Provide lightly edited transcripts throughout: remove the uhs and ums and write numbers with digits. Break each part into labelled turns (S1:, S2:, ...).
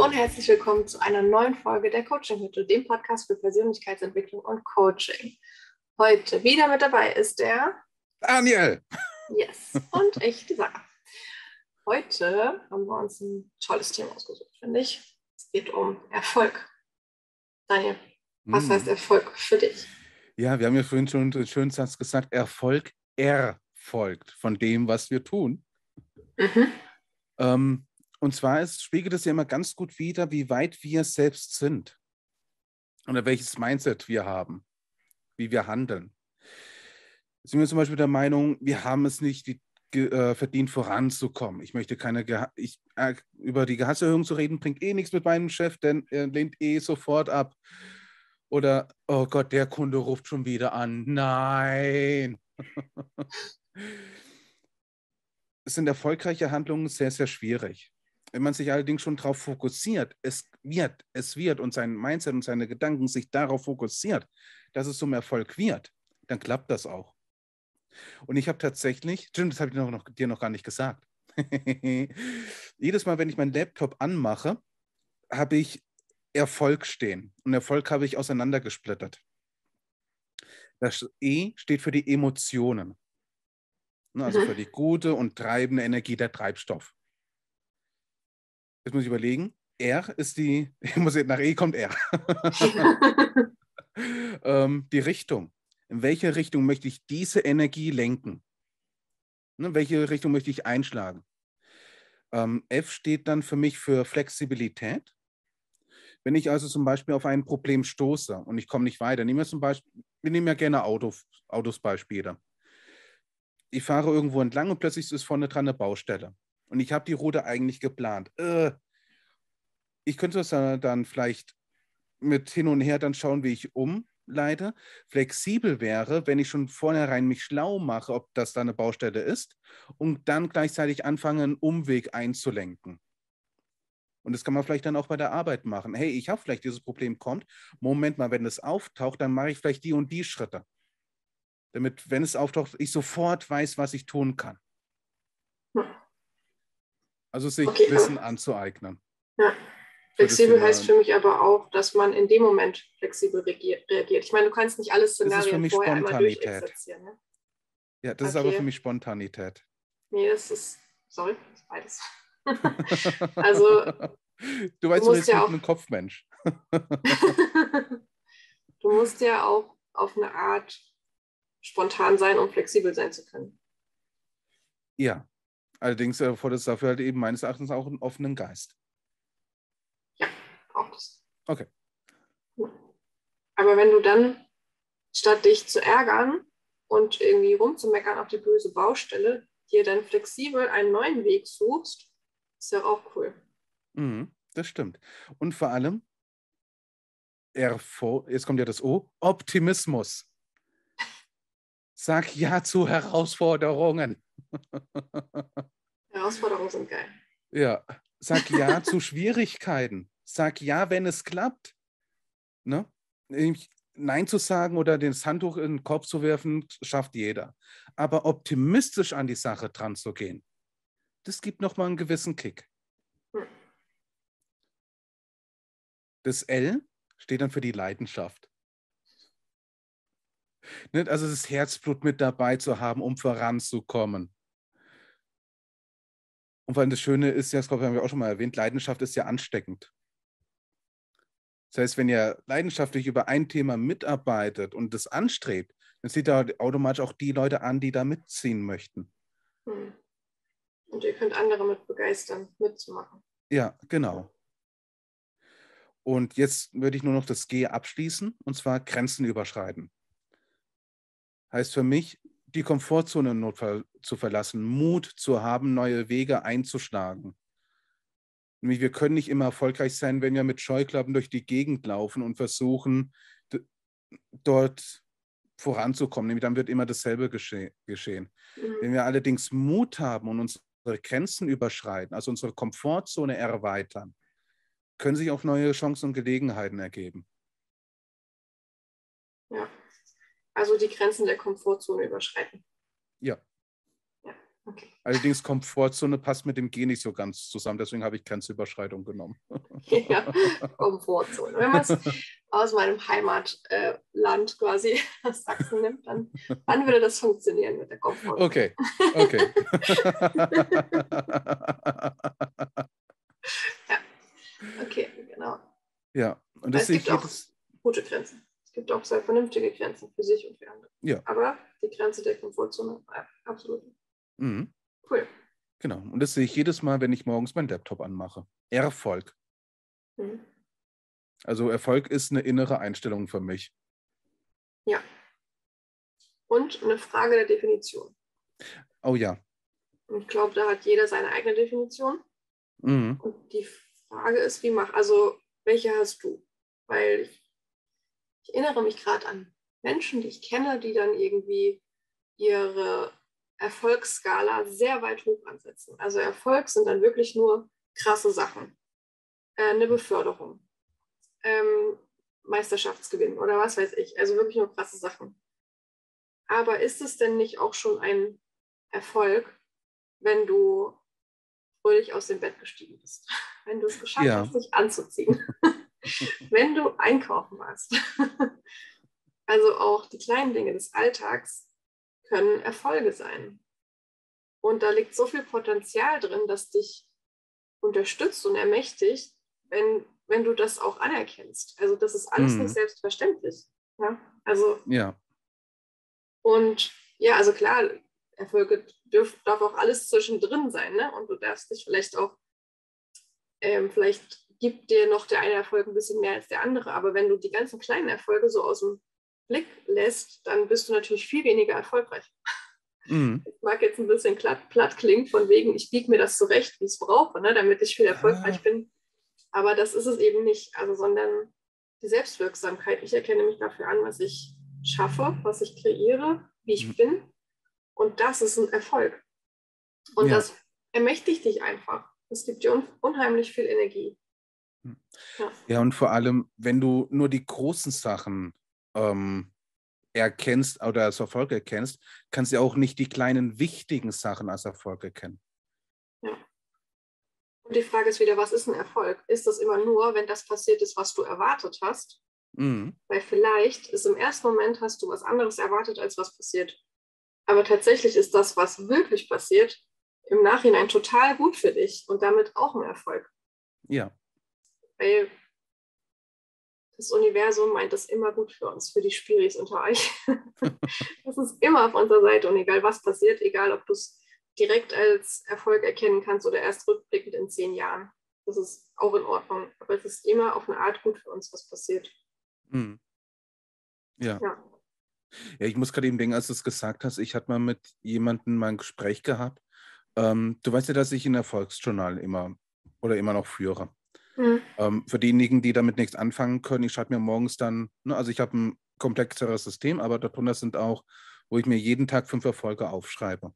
S1: Hallo und herzlich willkommen zu einer neuen Folge der Coaching-Hütte, dem Podcast für Persönlichkeitsentwicklung und Coaching. Heute wieder mit dabei ist der
S2: Daniel.
S1: Yes, und ich, die Sarah. Heute haben wir uns ein tolles Thema ausgesucht, finde ich. Es geht um Erfolg. Daniel, was heißt Erfolg für dich?
S2: Ja, wir haben ja vorhin schon einen schönen Satz gesagt, Erfolg erfolgt von dem, was wir tun. Und zwar spiegelt es ja immer ganz gut wider, wie weit wir selbst sind oder welches Mindset wir haben, wie wir handeln. Sind wir zum Beispiel der Meinung, wir haben es nicht verdient, voranzukommen. Ich möchte über die Gehaltserhöhung zu reden, bringt nichts mit meinem Chef, denn er lehnt sofort ab. Oder, oh Gott, der Kunde ruft schon wieder an. Nein. Es sind erfolgreiche Handlungen sehr, sehr schwierig. Wenn man sich allerdings schon darauf fokussiert, es wird und sein Mindset und seine Gedanken sich darauf fokussiert, dass es zum Erfolg wird, dann klappt das auch. Und ich habe tatsächlich, stimmt, das habe ich dir noch gar nicht gesagt. Jedes Mal, wenn ich meinen Laptop anmache, habe ich Erfolg stehen. Und Erfolg habe ich auseinandergesplittert. Das E steht für die Emotionen. Also für die gute und treibende Energie, der Treibstoff. Jetzt muss ich überlegen, R ist nach E kommt R. Die Richtung. In welche Richtung möchte ich diese Energie lenken? In welche Richtung möchte ich einschlagen? F steht dann für mich für Flexibilität. Wenn ich also zum Beispiel auf ein Problem stoße und ich komme nicht weiter, wir nehmen ja gerne Autos Beispiele. Ich fahre irgendwo entlang und plötzlich ist vorne dran eine Baustelle. Und ich habe die Route eigentlich geplant. Ich könnte das dann vielleicht mit hin und her dann schauen, wie ich umleite. Flexibel wäre, wenn ich schon vornherein mich schlau mache, ob das da eine Baustelle ist und dann gleichzeitig anfange, einen Umweg einzulenken. Und das kann man vielleicht dann auch bei der Arbeit machen. Hey, ich habe vielleicht dieses Problem, Moment mal, wenn es auftaucht, dann mache ich vielleicht die und die Schritte. Damit, wenn es auftaucht, ich sofort weiß, was ich tun kann. Also sich Wissen anzueignen.
S1: Ja. Flexibel heißt für mich aber auch, dass man in dem Moment flexibel reagiert. Ich meine, du kannst nicht alle Szenarien vorher einmal durchexerzieren. Ne?
S2: Ja, das ist aber für mich Spontanität.
S1: Nee, das ist beides. Also,
S2: du weißt, du bist ja ein Kopfmensch.
S1: Du musst ja auch auf eine Art spontan sein, um flexibel sein zu können.
S2: Ja, allerdings erfordert es dafür halt eben meines Erachtens auch einen offenen Geist.
S1: Ja, auch das.
S2: Okay.
S1: Aber wenn du dann, statt dich zu ärgern und irgendwie rumzumeckern auf die böse Baustelle, dir dann flexibel einen neuen Weg suchst, ist ja auch cool.
S2: Das stimmt. Und vor allem, jetzt kommt ja das O, Optimismus. Sag ja zu Herausforderungen.
S1: Herausforderungen sind geil.
S2: Ja, sag ja zu Schwierigkeiten. Sag ja, wenn es klappt. Ne? Nein zu sagen oder das Handtuch in den Korb zu werfen, schafft jeder. Aber optimistisch an die Sache dran zu gehen, das gibt nochmal einen gewissen Kick. Das L steht dann für die Leidenschaft. Also das Herzblut mit dabei zu haben, um voranzukommen. Und vor allem das Schöne ist ja, das haben wir auch schon mal erwähnt, Leidenschaft ist ja ansteckend. Das heißt, wenn ihr leidenschaftlich über ein Thema mitarbeitet und das anstrebt, dann zieht ihr automatisch auch die Leute an, die da mitziehen möchten.
S1: Und ihr könnt andere mit begeistern, mitzumachen.
S2: Ja, genau. Und jetzt würde ich nur noch das G abschließen, und zwar Grenzen überschreiten. Heißt für mich, die Komfortzone im Notfall zu verlassen, Mut zu haben, neue Wege einzuschlagen. Nämlich wir können nicht immer erfolgreich sein, wenn wir mit Scheuklappen durch die Gegend laufen und versuchen, dort voranzukommen. Nämlich dann wird immer dasselbe geschehen. Wenn wir allerdings Mut haben und unsere Grenzen überschreiten, also unsere Komfortzone erweitern, können sich auch neue Chancen und Gelegenheiten ergeben.
S1: Ja, also die Grenzen der Komfortzone überschreiten.
S2: Ja.
S1: Okay.
S2: Allerdings Komfortzone passt mit dem G nicht so ganz zusammen, deswegen habe ich Grenzüberschreitung genommen.
S1: Ja, Komfortzone. Wenn man es aus meinem Heimatland quasi aus Sachsen nimmt, dann würde das funktionieren mit der Komfortzone.
S2: Okay, okay.
S1: Ja, okay, genau.
S2: Ja, und
S1: Weil
S2: das
S1: es
S2: sehe
S1: gibt
S2: ich
S1: auch
S2: jedes.
S1: gute Grenzen. Es gibt auch sehr vernünftige Grenzen für sich und für andere.
S2: Ja.
S1: Aber die Grenze der Komfortzone, absolut.
S2: Mhm.
S1: Cool.
S2: Genau. Und das sehe ich jedes Mal, wenn ich morgens meinen Laptop anmache. Erfolg.
S1: Mhm.
S2: Also Erfolg ist eine innere Einstellung für mich.
S1: Ja. Und eine Frage der Definition.
S2: Oh ja.
S1: Und ich glaube, da hat jeder seine eigene Definition.
S2: Mhm.
S1: Und die Frage ist, welche hast du? Weil ich erinnere mich gerade an Menschen, die ich kenne, die dann irgendwie ihre Erfolgsskala sehr weit hoch ansetzen. Also Erfolg sind dann wirklich nur krasse Sachen. Eine Beförderung, Meisterschaftsgewinn oder was weiß ich. Also wirklich nur krasse Sachen. Aber ist es denn nicht auch schon ein Erfolg, wenn du fröhlich aus dem Bett gestiegen bist? Wenn du es geschafft
S2: Ja.
S1: hast, dich anzuziehen? Wenn du einkaufen warst? Also auch die kleinen Dinge des Alltags können Erfolge sein. Und da liegt so viel Potenzial drin, das dich unterstützt und ermächtigt, wenn du das auch anerkennst. Also das ist alles nicht
S2: Mhm.
S1: selbstverständlich. Ja? Also,
S2: Ja.
S1: und ja, also klar, Erfolge darf auch alles zwischendrin sein, ne? Und du darfst dich vielleicht auch, vielleicht gibt dir noch der eine Erfolg ein bisschen mehr als der andere, aber wenn du die ganzen kleinen Erfolge so aus dem Blick lässt, dann bist du natürlich viel weniger erfolgreich.
S2: Mhm.
S1: Ich mag jetzt ein bisschen platt klingen, von wegen, ich biege mir das zurecht, wie ich es brauche, ne, damit ich viel erfolgreich bin. Aber das ist es eben nicht, also, sondern die Selbstwirksamkeit. Ich erkenne mich dafür an, was ich schaffe, was ich kreiere, wie ich bin. Und das ist ein Erfolg. Und
S2: Ja.
S1: das ermächtigt dich einfach. Es gibt dir unheimlich viel Energie. Ja.
S2: Ja, und vor allem, wenn du nur die großen Sachen erkennst oder als Erfolg erkennst, kannst du auch nicht die kleinen wichtigen Sachen als Erfolg erkennen.
S1: Ja. Und die Frage ist wieder, was ist ein Erfolg? Ist das immer nur, wenn das passiert ist, was du erwartet hast?
S2: Mhm.
S1: Weil vielleicht ist im ersten Moment hast du was anderes erwartet, als was passiert. Aber tatsächlich ist das, was wirklich passiert, im Nachhinein total gut für dich und damit auch ein Erfolg.
S2: Ja.
S1: Weil das Universum meint es immer gut für uns, für die Spiris unter euch. Das ist immer auf unserer Seite und egal was passiert, egal ob du es direkt als Erfolg erkennen kannst oder erst rückblickend in 10 Jahren. Das ist auch in Ordnung. Aber es ist immer auf eine Art gut für uns, was passiert.
S2: Mhm. Ja.
S1: Ja.
S2: Ja, ich muss gerade eben denken, als du es gesagt hast, ich hatte mal mit jemandem mal ein Gespräch gehabt. Du weißt ja, dass ich ein Erfolgsjournal immer noch führe.
S1: Mhm.
S2: Für diejenigen, die damit nichts anfangen können, ich schreibe mir morgens dann, ne, also ich habe ein komplexeres System, aber darunter sind auch, wo ich mir jeden Tag 5 Erfolge aufschreibe.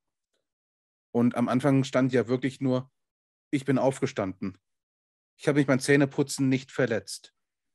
S2: Und am Anfang stand ja wirklich nur, ich bin aufgestanden. Ich habe mich beim Zähneputzen nicht verletzt.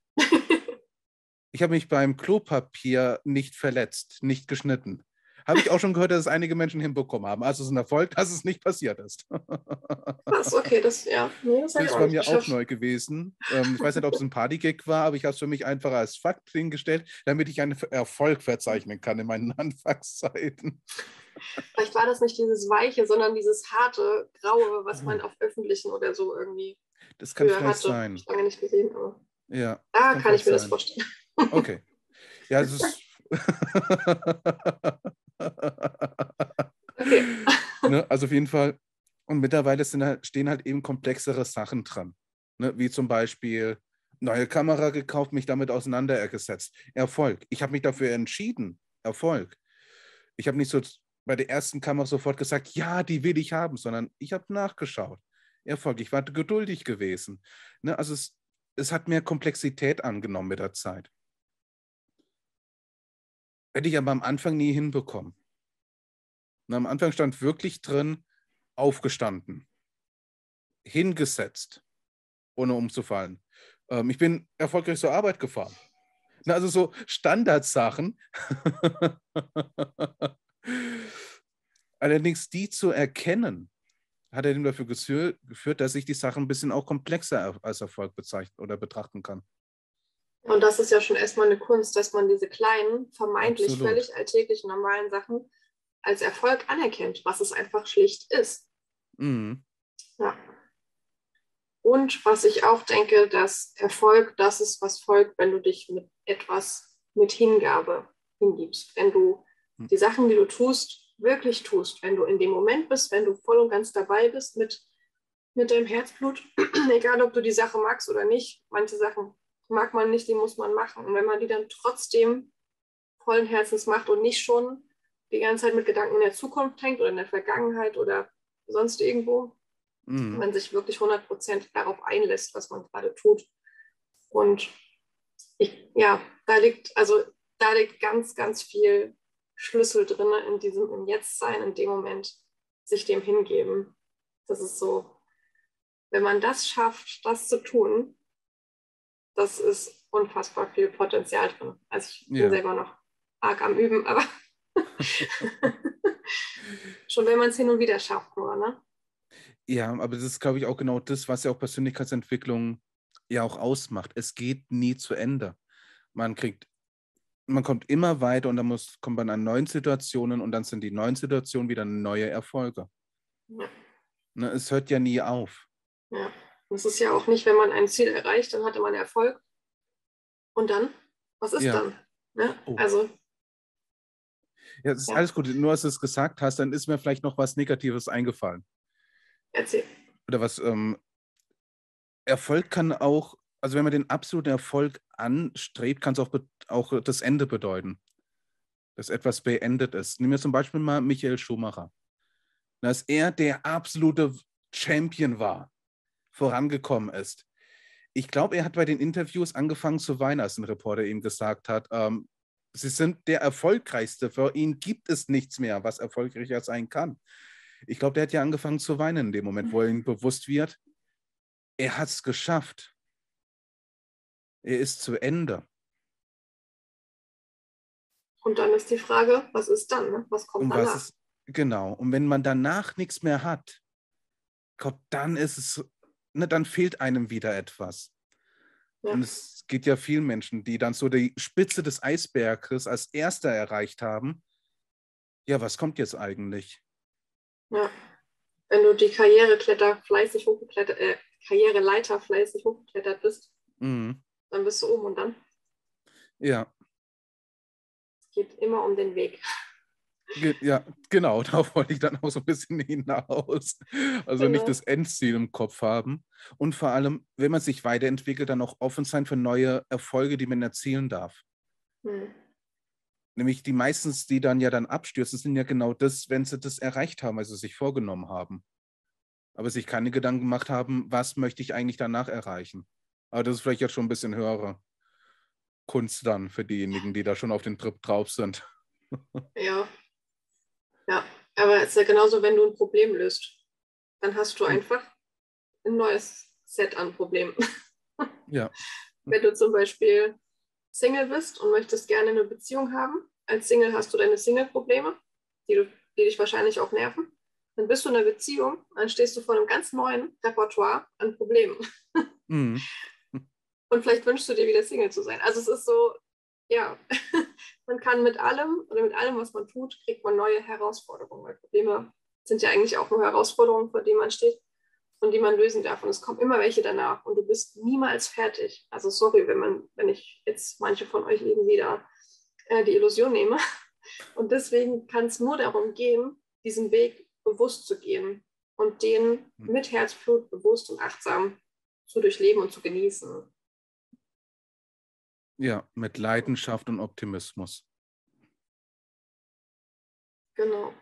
S2: Ich habe mich beim Klopapier nicht verletzt, nicht geschnitten. Habe ich auch schon gehört, dass es einige Menschen hinbekommen haben. Also es ist ein Erfolg, dass es nicht passiert ist.
S1: Krass, okay, nee, das habe ich
S2: Das
S1: auch
S2: war
S1: nicht
S2: mir auch
S1: geschafft.
S2: neu gewesen. Ich weiß nicht, ob es ein Partygag war, aber ich habe es für mich einfach als Fakt hingestellt, damit ich einen Erfolg verzeichnen kann in meinen Anfangszeiten.
S1: Vielleicht war das nicht dieses Weiche, sondern dieses harte, graue, was man
S2: Oh,
S1: auf öffentlichen oder so irgendwie
S2: das kann
S1: früher
S2: vielleicht
S1: hatte. Hab
S2: sein.
S1: ich lange nicht gesehen, aber
S2: Ja, das
S1: da
S2: kann
S1: kann ich
S2: vielleicht
S1: mir das
S2: sein.
S1: vorstellen.
S2: Okay. Ja, es ist.
S1: Okay.
S2: Ne, also auf jeden Fall. Und mittlerweile stehen halt eben komplexere Sachen dran. Ne, wie zum Beispiel neue Kamera gekauft, mich damit auseinandergesetzt. Erfolg. Ich habe mich dafür entschieden. Erfolg. Ich habe nicht so bei der ersten Kamera sofort gesagt, ja, die will ich haben, sondern ich habe nachgeschaut. Erfolg. Ich war geduldig gewesen. Ne, also es hat mehr Komplexität angenommen mit der Zeit. Hätte ich aber am Anfang nie hinbekommen. Und am Anfang stand wirklich drin, aufgestanden, hingesetzt, ohne umzufallen. Ich bin erfolgreich zur Arbeit gefahren. Na, also so Standardsachen. Allerdings die zu erkennen, hat er ihm dafür geführt, dass ich die Sachen ein bisschen auch komplexer als Erfolg bezeichnen oder betrachten kann.
S1: Und das ist ja schon erstmal eine Kunst, dass man diese kleinen, vermeintlich
S2: Absolut.
S1: völlig alltäglichen, normalen Sachen als Erfolg anerkennt, was es einfach schlicht ist.
S2: Mhm.
S1: Ja. Und was ich auch denke, dass Erfolg das ist, was folgt, wenn du dich mit etwas mit Hingabe hingibst. Wenn du die Sachen, die du tust, wirklich tust. Wenn du in dem Moment bist, wenn du voll und ganz dabei bist mit deinem Herzblut, egal ob du die Sache magst oder nicht. Manche Sachen mag man nicht, die muss man machen. Und wenn man die dann trotzdem vollen Herzens macht und nicht schon die ganze Zeit mit Gedanken in der Zukunft hängt oder in der Vergangenheit oder sonst irgendwo, wenn man sich wirklich 100% darauf einlässt, was man gerade tut. Und ja, da liegt ganz, ganz viel Schlüssel drin in diesem im Jetzt-Sein, in dem Moment, sich dem hingeben. Das ist so, wenn man das schafft, das zu tun, das ist unfassbar viel Potenzial drin. Also ich bin
S2: Ja.
S1: selber noch arg am Üben, aber schon wenn man es hin und wieder schafft, nur, ne?
S2: Ja, aber das ist, glaube ich, auch genau das, was ja auch Persönlichkeitsentwicklung ja auch ausmacht. Es geht nie zu Ende. Man kommt immer weiter und dann kommt man an neuen Situationen und dann sind die neuen Situationen wieder neue Erfolge.
S1: Ja.
S2: Ne, es hört ja nie auf.
S1: Ja. Das ist ja auch nicht, wenn man ein Ziel erreicht, dann hatte man Erfolg. Und dann? Was ist
S2: Ja.
S1: dann? Ne?
S2: Oh.
S1: Also,
S2: Ja, es ist
S1: ja,
S2: alles gut. Nur als du es gesagt hast, dann ist mir vielleicht noch was Negatives eingefallen.
S1: erzähl.
S2: Oder was Erfolg kann auch, also wenn man den absoluten Erfolg anstrebt, kann es auch das Ende bedeuten, dass etwas beendet ist. Nehmen wir zum Beispiel mal Michael Schumacher. Dass er der absolute Champion war, vorangekommen ist. Ich glaube, er hat bei den Interviews angefangen zu weinen, als ein Reporter ihm gesagt hat, Sie sind der Erfolgreichste, für ihn gibt es nichts mehr, was erfolgreicher sein kann. Ich glaube, der hat ja angefangen zu weinen in dem Moment, wo ihm bewusst wird, er hat es geschafft. Er ist zu Ende.
S1: Und dann ist die Frage, was ist dann? Ne? Was kommt
S2: Und was
S1: danach?
S2: ist, genau, und wenn man danach nichts mehr hat, Gott, dann ist es, ne, dann fehlt einem wieder etwas.
S1: Ja,
S2: Und es geht ja vielen Menschen, die dann so die Spitze des Eisberges als Erster erreicht haben. Ja, was kommt jetzt eigentlich?
S1: ja. Wenn du die Karriereleiter fleißig hochgeklettert bist,
S2: Mhm.
S1: dann bist du oben und dann
S2: Ja,
S1: es geht immer um den Weg.
S2: ja, genau, darauf wollte ich dann auch so ein bisschen hinaus. Also nicht
S1: Genau.
S2: das Endziel im Kopf haben. Und vor allem, wenn man sich weiterentwickelt, dann auch offen sein für neue Erfolge, die man erzielen darf.
S1: Hm.
S2: Nämlich die meistens, die dann ja dann abstürzen, sind ja genau das, wenn sie das erreicht haben, was sie sich vorgenommen haben. Aber sich keine Gedanken gemacht haben, was möchte ich eigentlich danach erreichen. Aber das ist vielleicht jetzt schon ein bisschen höhere Kunst dann für diejenigen, die da schon auf den Trip drauf sind.
S1: Ja, ja. Aber es ist ja genauso, wenn du ein Problem löst. Dann hast du
S2: Hm,
S1: einfach ein neues Set an Problemen.
S2: ja,
S1: Wenn du zum Beispiel Single bist und möchtest gerne eine Beziehung haben, als Single hast du deine Single-Probleme, die dich wahrscheinlich auch nerven. Dann bist du in einer Beziehung, dann stehst du vor einem ganz neuen Repertoire an Problemen.
S2: mhm.
S1: Und vielleicht wünschst du dir wieder Single zu sein. Also es ist so, ja, man kann mit allem oder mit allem, was man tut, kriegt man neue Herausforderungen. Weil Probleme sind ja eigentlich auch nur Herausforderungen, vor denen man steht und die man lösen darf. Und es kommen immer welche danach und du bist niemals fertig. Also sorry, wenn ich jetzt manche von euch irgendwie da die Illusion nehme. Und deswegen kann es nur darum gehen, diesen Weg bewusst zu gehen und den mit Herzblut bewusst und achtsam zu durchleben und zu genießen.
S2: Ja, mit Leidenschaft und Optimismus.
S1: Genau.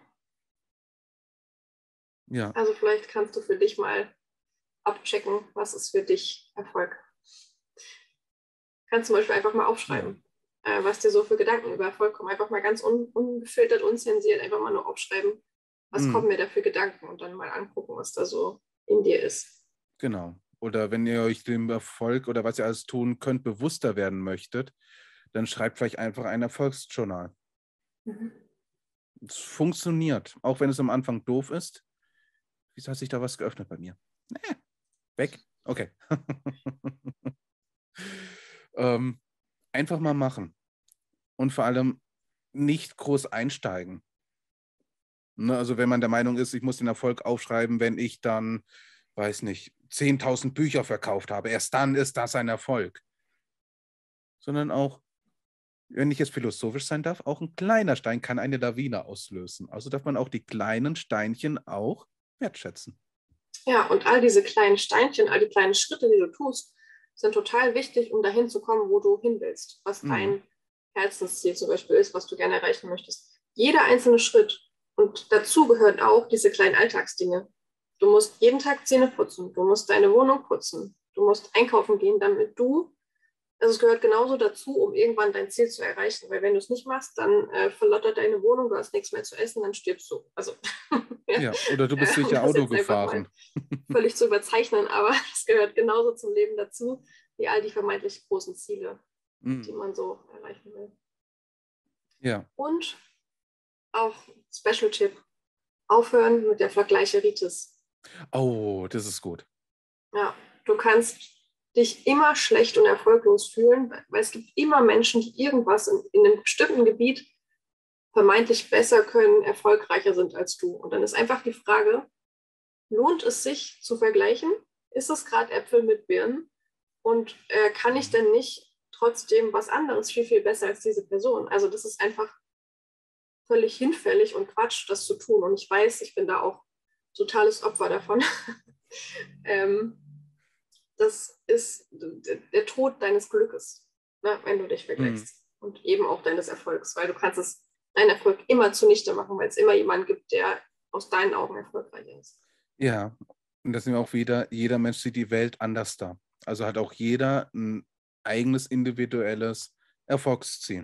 S2: Ja,
S1: Also vielleicht kannst du für dich mal abchecken, was ist für dich Erfolg. Kannst zum Beispiel einfach mal
S2: ja,
S1: aufschreiben, was dir so für Gedanken über Erfolg kommen. Einfach mal ganz ungefiltert, unzensiert, einfach mal nur aufschreiben, was kommen
S2: mhm.
S1: mir da für Gedanken und dann mal angucken, was da so in dir ist.
S2: Genau. Oder wenn ihr euch dem Erfolg oder was ihr alles tun könnt, bewusster werden möchtet, dann schreibt vielleicht einfach ein Erfolgsjournal.
S1: Mhm.
S2: Es funktioniert, auch wenn es am Anfang doof ist. Wieso hat sich da was geöffnet bei mir? Weg. Okay. Einfach mal machen. Und vor allem nicht groß einsteigen. Ne, also wenn man der Meinung ist, ich muss den Erfolg aufschreiben, wenn ich dann, weiß nicht, 10.000 Bücher verkauft habe. Erst dann ist das ein Erfolg. Sondern auch, wenn ich jetzt philosophisch sein darf, auch ein kleiner Stein kann eine Lawine auslösen. Also darf man auch die kleinen Steinchen auch wertschätzen.
S1: Ja, und all diese kleinen Steinchen, all die kleinen Schritte, die du tust, sind total wichtig, um dahin zu kommen, wo du hin willst, was dein Herzensziel zum Beispiel ist, was du gerne erreichen möchtest. Jeder einzelne Schritt. Und dazu gehören auch diese kleinen Alltagsdinge. Du musst jeden Tag Zähne putzen, du musst deine Wohnung putzen, du musst einkaufen gehen, damit du, also es gehört genauso dazu, um irgendwann dein Ziel zu erreichen. Weil wenn du es nicht machst, dann verlottert deine Wohnung, du hast nichts mehr zu essen, dann stirbst du. Also,
S2: ja, oder du bist sicher Auto gefahren.
S1: Völlig zu überzeichnen, aber es gehört genauso zum Leben dazu, wie all die vermeintlich großen Ziele, die man so erreichen will.
S2: Ja.
S1: Und auch Special-Tipp, aufhören mit der Vergleicheritis.
S2: Oh, das ist gut.
S1: Ja, du kannst dich immer schlecht und erfolglos fühlen, weil es gibt immer Menschen, die irgendwas in einem bestimmten Gebiet vermeintlich besser können, erfolgreicher sind als du. Und dann ist einfach die Frage, lohnt es sich zu vergleichen? Ist es gerade Äpfel mit Birnen? Und kann ich denn nicht trotzdem was anderes viel, viel besser als diese Person? Also das ist einfach völlig hinfällig und Quatsch, das zu tun. Und ich weiß, ich bin da auch totales Opfer davon. Das ist der Tod deines Glückes, ne, wenn du dich vergleichst. Und eben auch deines Erfolgs, weil du kannst deinen Erfolg immer zunichte machen, weil es immer jemanden gibt, der aus deinen Augen erfolgreicher ist.
S2: Ja, und das sind wir auch wieder, jeder Mensch sieht die Welt anders da. Also hat auch jeder ein eigenes individuelles Erfolgsziel.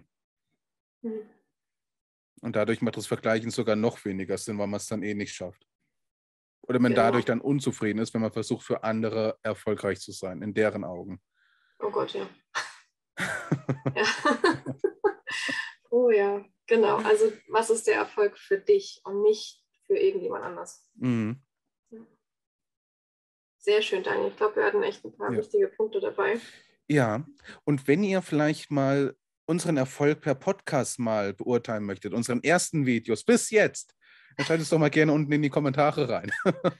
S2: Und dadurch macht das Vergleichen sogar noch weniger Sinn, weil man es dann eh nicht schafft. Oder man dadurch dann unzufrieden ist, wenn man versucht, für andere erfolgreich zu sein, in deren Augen.
S1: Oh Gott, ja. Ja. Oh ja, genau. Also was ist der Erfolg für dich und nicht für irgendjemand anders?
S2: Mhm.
S1: Sehr schön, Daniel. Ich glaube, wir hatten echt ein paar wichtige Punkte dabei.
S2: Ja, und wenn ihr vielleicht mal unseren Erfolg per Podcast mal beurteilen möchtet, unseren ersten Videos bis jetzt, dann schreibt es doch mal gerne unten in die Kommentare rein.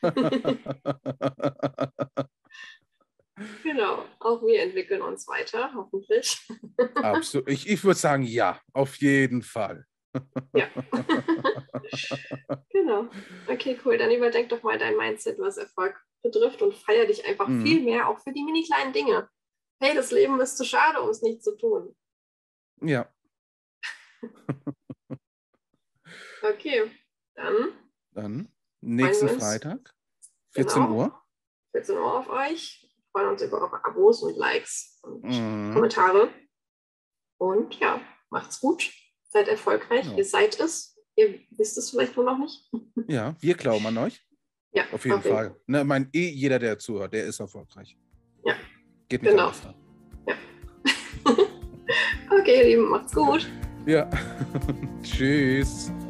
S1: Genau, auch wir entwickeln uns weiter, hoffentlich.
S2: Absolut. Ich würde sagen, ja, auf jeden Fall.
S1: Ja. Genau. Okay, cool. Dann überdenk doch mal dein Mindset, was Erfolg betrifft und feier dich einfach viel mehr, auch für die mini kleinen Dinge. Hey, das Leben ist zu schade, um es nicht zu tun.
S2: Ja.
S1: Okay,
S2: dann nächsten Freitag, 14 Uhr.
S1: 14 Uhr auf euch. Wir freuen uns über eure Abos und Likes und Kommentare. Und ja, macht's gut. Seid erfolgreich. Genau. Ihr seid es. Ihr wisst es vielleicht nur noch nicht.
S2: Ja, wir glauben an euch. Ja, auf jeden Fall. Ne, ich meine, jeder, der zuhört, der ist erfolgreich.
S1: Ja.
S2: Geht nicht anders da.
S1: Ja. Okay, ihr Lieben, macht's gut.
S2: Ja. Tschüss.